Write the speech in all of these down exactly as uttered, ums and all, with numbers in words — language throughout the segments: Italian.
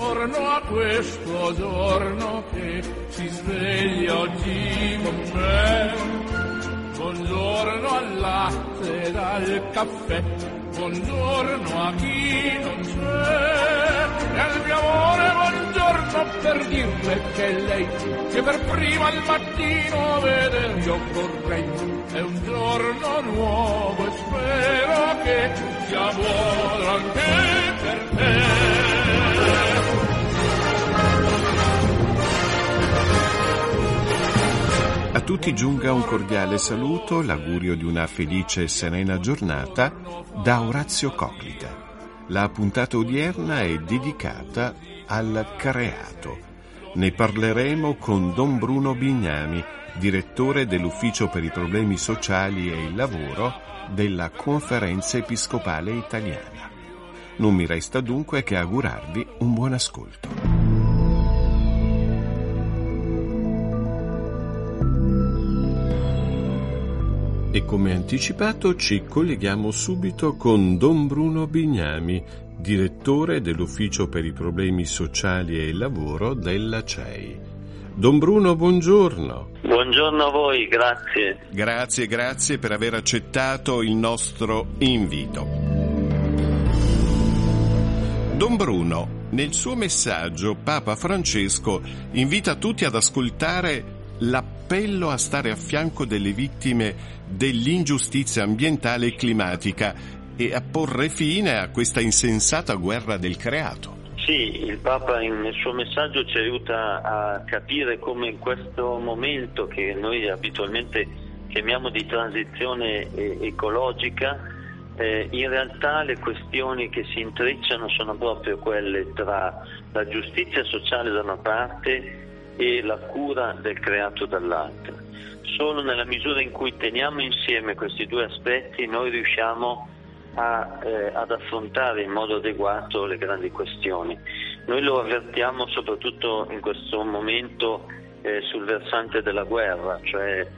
Buongiorno a questo giorno che si sveglia oggi con me. Buongiorno al latte ed al caffè. Buongiorno a chi non c'è. E al mio amore buongiorno per dirle che lei che per prima al mattino veder io vorrei. È un giorno nuovo e spero che sia buono anche per te. A tutti giunga un cordiale saluto, l'augurio di una felice e serena giornata da Orazio Coclita. La puntata odierna è dedicata al creato. Ne parleremo con Don Bruno Bignami, direttore dell'Ufficio per i problemi sociali e il lavoro della Conferenza Episcopale Italiana. Non mi resta dunque che augurarvi un buon ascolto. E come anticipato ci colleghiamo subito con Don Bruno Bignami, direttore dell'Ufficio per i problemi sociali e il lavoro della C E I. Don Bruno, buongiorno. Buongiorno a voi, grazie. Grazie, grazie per aver accettato il nostro invito. Don Bruno, nel suo messaggio Papa Francesco invita tutti ad ascoltare l'appello a stare a fianco delle vittime dell'ingiustizia ambientale e climatica e a porre fine a questa insensata guerra del creato. Sì, il Papa nel suo messaggio ci aiuta a capire come in questo momento che noi abitualmente chiamiamo di transizione ecologica, eh, in realtà le questioni che si intrecciano sono proprio quelle tra la giustizia sociale da una parte e la cura del creato dall'altra. Solo nella misura in cui teniamo insieme questi due aspetti noi riusciamo a, eh, ad affrontare in modo adeguato le grandi questioni. Noi lo avvertiamo soprattutto in questo momento eh, sul versante della guerra, cioè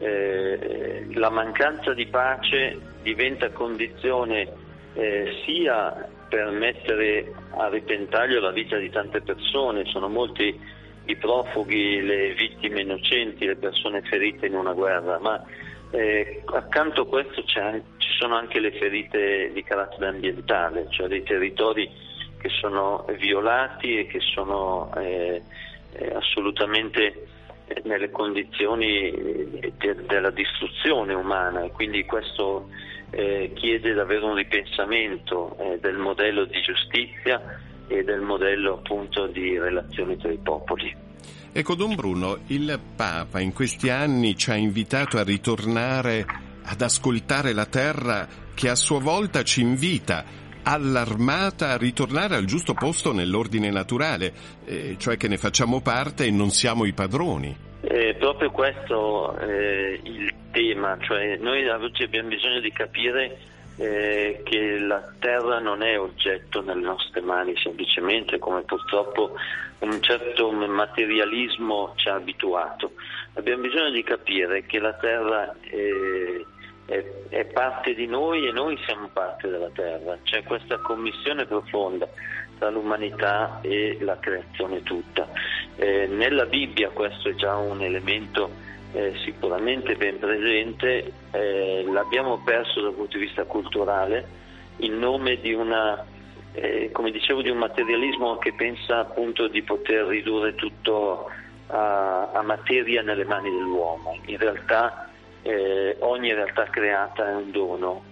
eh, la mancanza di pace diventa condizione eh, sia per mettere a repentaglio la vita di tante persone, sono molti i profughi, le vittime innocenti, le persone ferite in una guerra, ma eh, accanto a questo c'è, ci sono anche le ferite di carattere ambientale, cioè dei territori che sono violati e che sono eh, eh, assolutamente eh, nelle condizioni de, della distruzione umana, e quindi questo eh, chiede davvero un ripensamento eh, del modello di giustizia e del modello appunto di relazioni tra i popoli. Ecco, Don Bruno, il Papa in questi anni ci ha invitato a ritornare ad ascoltare la terra, che a sua volta ci invita allarmata a ritornare al giusto posto nell'ordine naturale, eh, cioè che ne facciamo parte e non siamo i padroni. È proprio questo eh, il tema, cioè noi oggi abbiamo bisogno di capire Eh, che la terra non è oggetto nelle nostre mani semplicemente, come purtroppo un certo materialismo ci ha abituato. Abbiamo bisogno di capire che la terra è, è, è parte di noi e noi siamo parte della terra. C'è questa commissione profonda tra l'umanità e la creazione tutta. Eh, nella Bibbia questo è già un elemento Eh, sicuramente ben presente, eh, l'abbiamo perso dal punto di vista culturale in nome di una, eh, come dicevo, di un materialismo che pensa appunto di poter ridurre tutto a, a materia nelle mani dell'uomo. In realtà eh, ogni realtà creata è un dono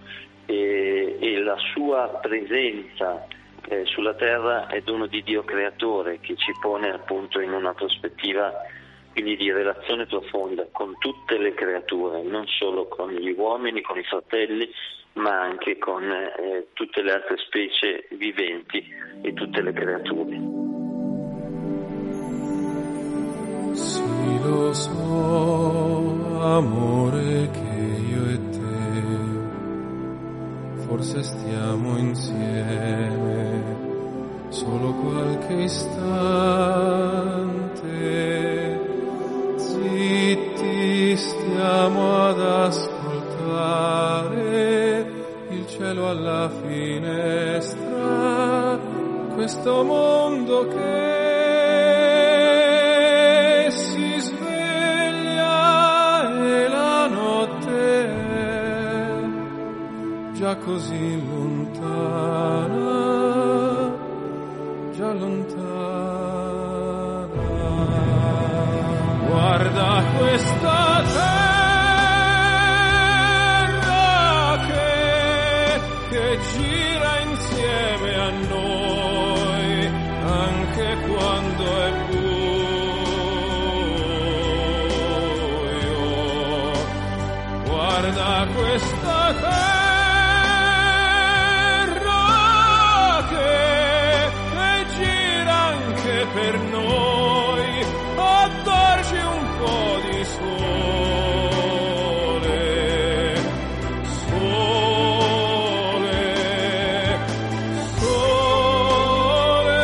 e, e la sua presenza eh, sulla terra è dono di Dio creatore, che ci pone appunto in una prospettiva quindi di relazione profonda con tutte le creature, non solo con gli uomini, con i fratelli, ma anche con eh, tutte le altre specie viventi e tutte le creature. Sì, lo so, amore, che io e te forse stiamo insieme solo qualche istante. Zitti stiamo ad ascoltare il cielo alla finestra, questo mondo che si sveglia e la notte è già così lontana, già lontana. Guarda questa terra che, che gira insieme a noi anche quando è buio. Guarda questa terra che, che gira anche per noi, a darci un po' di sole, sole, sole.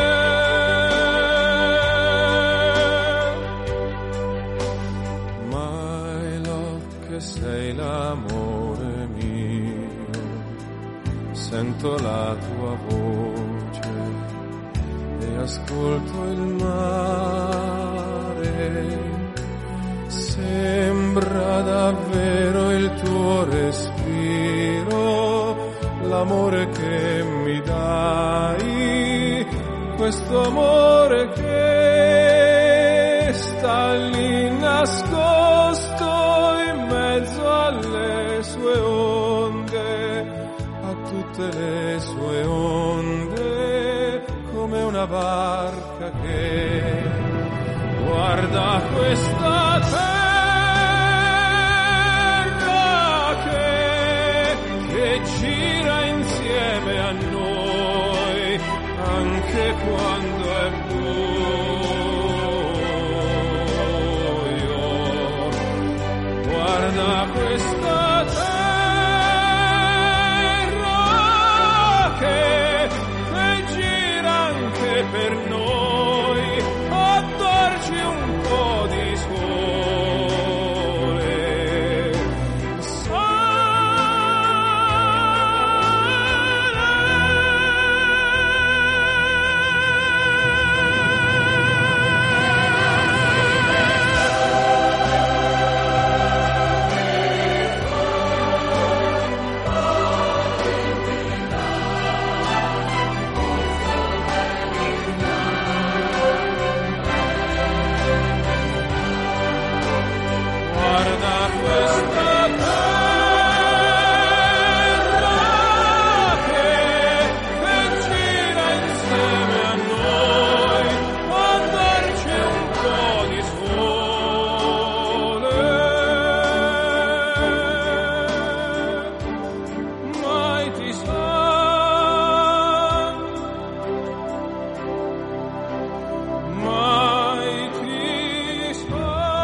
My love, che sei l'amore mio, sento la tua voce e ascolto il mare. Sembra davvero il tuo respiro, l'amore che mi dai, questo amore che sta lì nascosto in mezzo alle sue onde, a tutte le sue onde, come una barca che guarda questa terra che, che gira insieme a noi anche quando è buio. Guarda questa terra che, che gira anche per noi, a darci un po' di sole, sole. Guarda questa terra che, che gira insieme a noi, a darci un po' di sole. Mai ti sa, mai ti sa.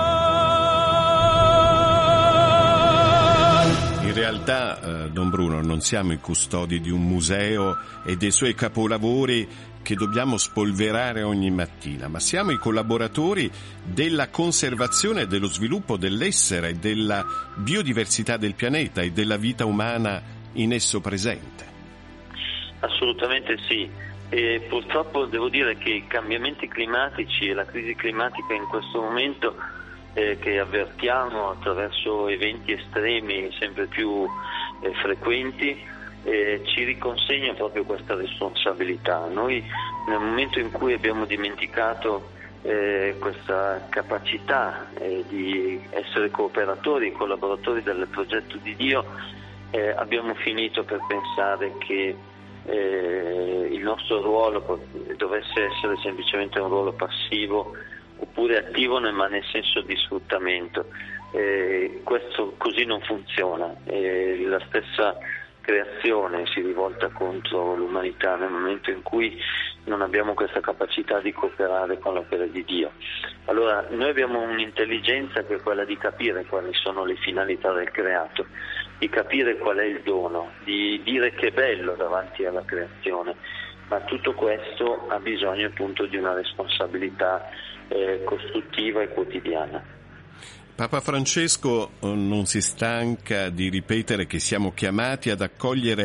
In realtà, eh, Don Bruno, non siamo i custodi di un museo e dei suoi capolavori che dobbiamo spolverare ogni mattina, ma siamo i collaboratori della conservazione e dello sviluppo dell'essere, della biodiversità del pianeta e della vita umana in esso presente. Assolutamente sì. E purtroppo devo dire che i cambiamenti climatici e la crisi climatica in questo momento eh, che avvertiamo attraverso eventi estremi sempre più eh, frequenti eh, ci riconsegna proprio questa responsabilità. Noi nel momento in cui abbiamo dimenticato eh, questa capacità eh, di essere cooperatori, collaboratori del progetto di Dio, eh, abbiamo finito per pensare che eh, il nostro ruolo dovesse essere semplicemente un ruolo passivo oppure attivo, ma nel senso di sfruttamento. Eh, questo così non funziona. Eh, la stessa creazione si rivolta contro l'umanità nel momento in cui non abbiamo questa capacità di cooperare con l'opera di Dio. Allora noi abbiamo un'intelligenza che è quella di capire quali sono le finalità del creato, di capire qual è il dono, di dire che è bello davanti alla creazione, ma tutto questo ha bisogno appunto di una responsabilità eh, costruttiva e quotidiana. Papa Francesco non si stanca di ripetere che siamo chiamati ad accogliere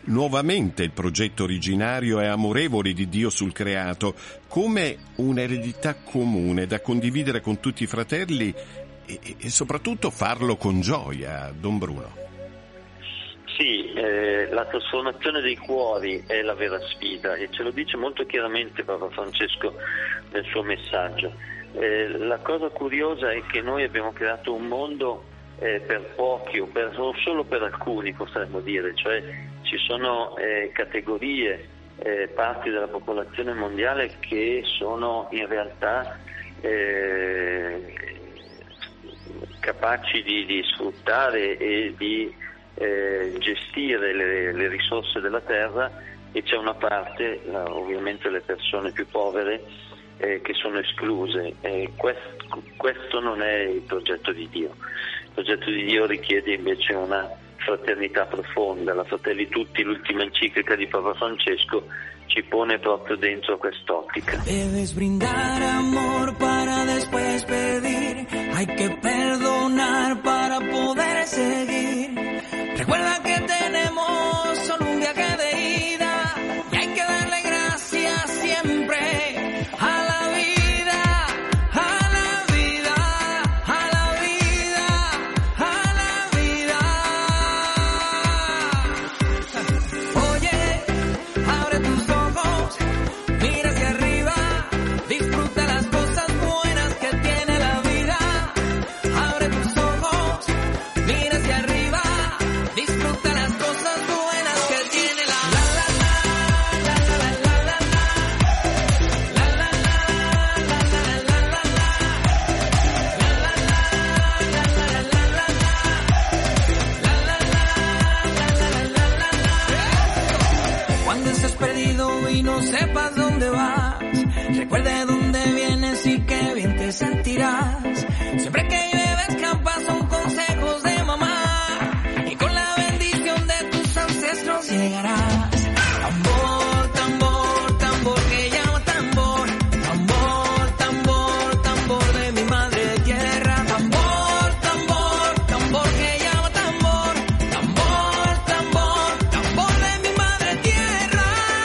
nuovamente il progetto originario e amorevole di Dio sul creato, come un'eredità comune da condividere con tutti i fratelli e, e soprattutto farlo con gioia, Don Bruno. Sì, eh, la trasformazione dei cuori è la vera sfida e ce lo dice molto chiaramente Papa Francesco nel suo messaggio. Eh, la cosa curiosa è che noi abbiamo creato un mondo eh, per pochi o, per, o solo per alcuni, potremmo dire, cioè ci sono eh, categorie, eh, parti della popolazione mondiale che sono in realtà eh, capaci di, di sfruttare e di Eh, gestire le, le risorse della terra, e c'è una parte, la, ovviamente le persone più povere, eh, che sono escluse. Eh, quest, questo non è il progetto di Dio. Il progetto di Dio richiede invece una fraternità profonda. La Fratelli Tutti, l'ultima enciclica di Papa Francesco, ci pone proprio dentro quest'ottica. Debes brindar amor para después pedir, hay que perdonar para poder seguir. Recuerda que tenemos solo un viaje de ida y hay que darle gracias siempre a la vida, a la vida, a la vida, a la vida. Oye, abre tus ojos, mira hacia arriba, disfruta las cosas buenas que tiene la vida. Abre tus ojos, mira hacia arriba, disfruta las cosas buenas que tiene la la la la la la la la la la la la la. Cuando estés perdido y no sepas dónde vas, recuerde dónde vienes y qué bien te sentirás. Siempre que llueve escampa son consejos de mamá, y con la bendición de tus ancestros llegarás. Tambor, tambor, tambor que llama tambor. Tambor, tambor, tambor de mi madre tierra. Tambor, tambor, tambor que llama tambor. Tambor, tambor, tambor de mi madre tierra.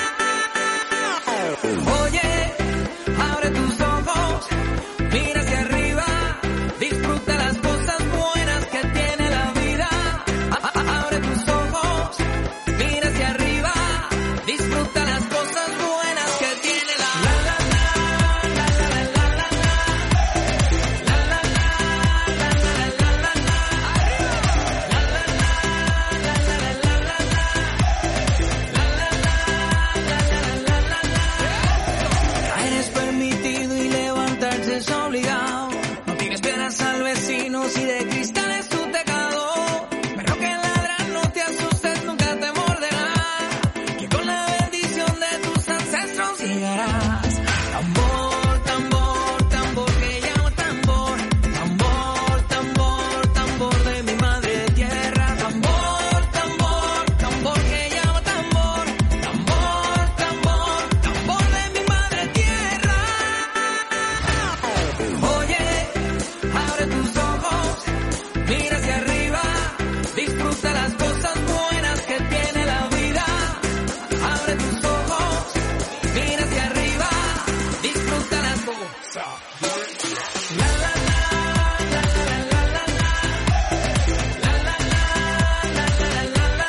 Oye, abre tus ojos, mira hacia arriba, disfruta las cosas buenas que tiene la vida. A- a- Abre tus ojos, mira hacia arriba, disfruta las cosas buenas que tiene la la la la la la la la la la la la la Caer es permitido y levantarse es obligado. No tienes piedras al vecino si de cristal es tu teclado. Pero que ladra, no te asustes, nunca te morderá, que con la bendición de tus ancestros llegarás. Tambor, tambor, tambor que llama tambor. Tambor, tambor, tambor de mi madre tierra. Tambor, tambor, tambor que llama tambor. Tambor, tambor, tambor de mi madre tierra. Oye, abre tus ojos, mira hacia arriba, disfruta las cosas buenas que tiene la vida. Abre tus ojos, mira hacia arriba, disfruta las cosas. La la la la la la la la la la la la la la la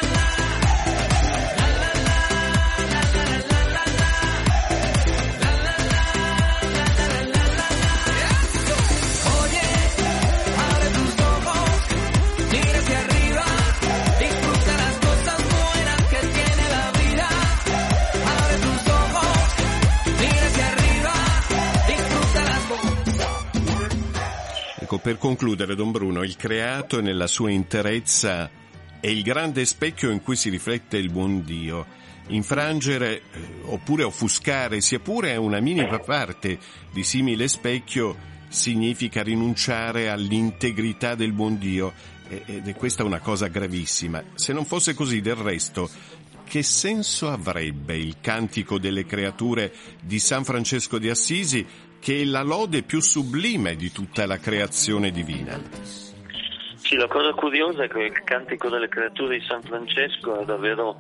Oye, abre tus ojos, mira hacia arriba, disfruta las cosas buenas que tiene la vida. Abre tus ojos, mira hacia arriba, disfruta las cosas. Ecco, per concludere, Don Bruno, il creato nella sua interezza è il grande specchio in cui si riflette il buon Dio. Infrangere eh, oppure offuscare, sia pure una minima parte di simile specchio, significa rinunciare all'integrità del buon Dio, eh, ed è questa una cosa gravissima. Se non fosse così, del resto, che senso avrebbe il Cantico delle Creature di San Francesco di Assisi, che è la lode più sublime di tutta la creazione divina? Sì, la cosa curiosa è che il Cantico delle Creature di San Francesco è davvero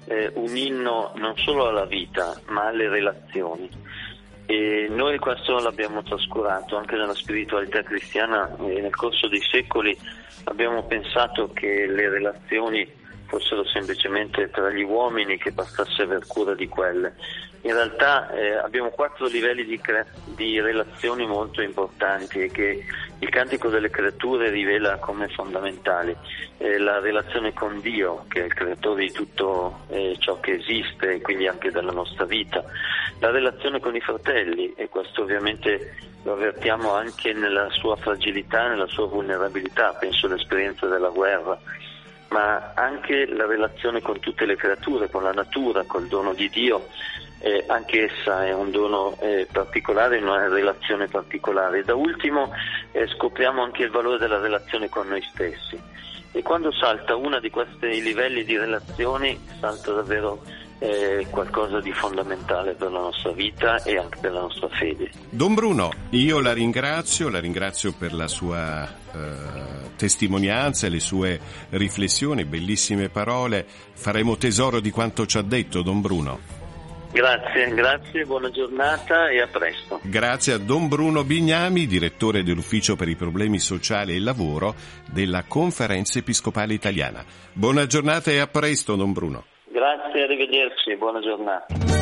eh, un inno non solo alla vita ma alle relazioni. E noi questo l'abbiamo trascurato anche nella spiritualità cristiana, e nel corso dei secoli abbiamo pensato che le relazioni fossero semplicemente tra gli uomini, che bastasse aver cura di quelle. In realtà eh, abbiamo quattro livelli di, cre- di relazioni molto importanti e che il Cantico delle Creature rivela come fondamentali. Eh, la relazione con Dio, che è il creatore di tutto eh, ciò che esiste, e quindi anche della nostra vita. La relazione con i fratelli, e questo ovviamente lo avvertiamo anche nella sua fragilità, nella sua vulnerabilità, penso all'esperienza della guerra, ma anche la relazione con tutte le creature, con la natura, col dono di Dio. Eh, anche essa è un dono eh, particolare, una relazione particolare. E da ultimo eh, scopriamo anche il valore della relazione con noi stessi, e quando salta uno di questi livelli di relazioni salta davvero eh, qualcosa di fondamentale per la nostra vita e anche per la nostra fede. Don Bruno, io la ringrazio, la ringrazio per la sua eh, testimonianza e le sue riflessioni, bellissime parole. Faremo tesoro di quanto ci ha detto Don Bruno. Grazie, grazie, buona giornata e a presto. Grazie a Don Bruno Bignami, direttore dell'Ufficio per i problemi sociali e il lavoro della Conferenza Episcopale Italiana. Buona giornata e a presto, Don Bruno. Grazie, arrivederci, buona giornata.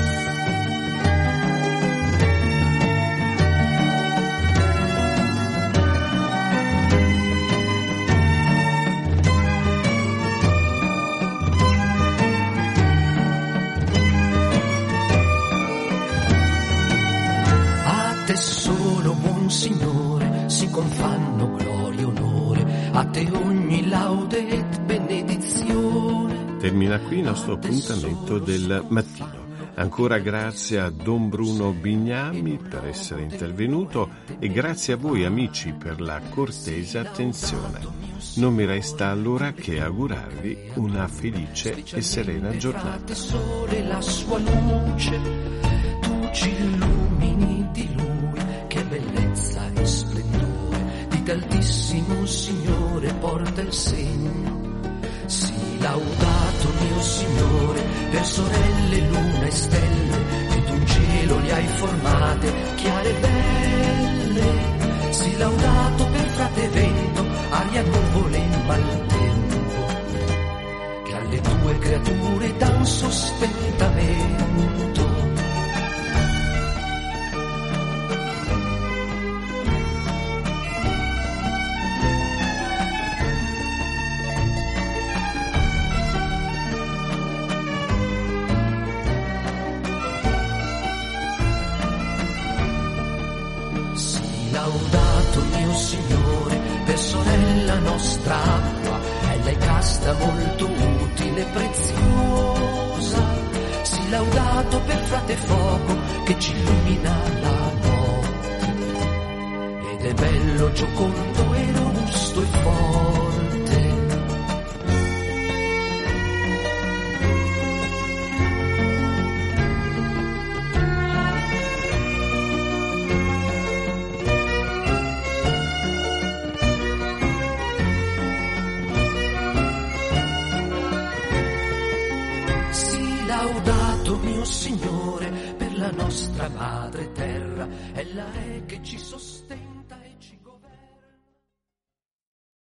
te solo, buon Signore, si confanno gloria e onore, a te ogni laude et benedizione. Termina qui il nostro appuntamento del mattino. Ancora grazie a Don Bruno Bignami per essere intervenuto e grazie a voi amici per la cortese attenzione. Non mi resta allora che augurarvi una felice e serena giornata. Sole la sua luce, tu ci illumini di lui, che bellezza e splendore, di t'altissimo Signore porta il segno. Sii laudato mio Signore, per sorelle, luna e stelle, che tu in cielo li hai formate, chiare e belle. Sii laudato per frate vento, aria, nuvole e maltempo, che alle tue creature dan sostentamento. Laudato mio Signore, per sorella nostra acqua, ella è casta, molto utile e preziosa. Sii laudato per frate fuoco, che ci illumina la notte, ed è bello, giocondo e robusto e forte. Laudato mio Signore, per la nostra madre terra, ella è che ci sostiene.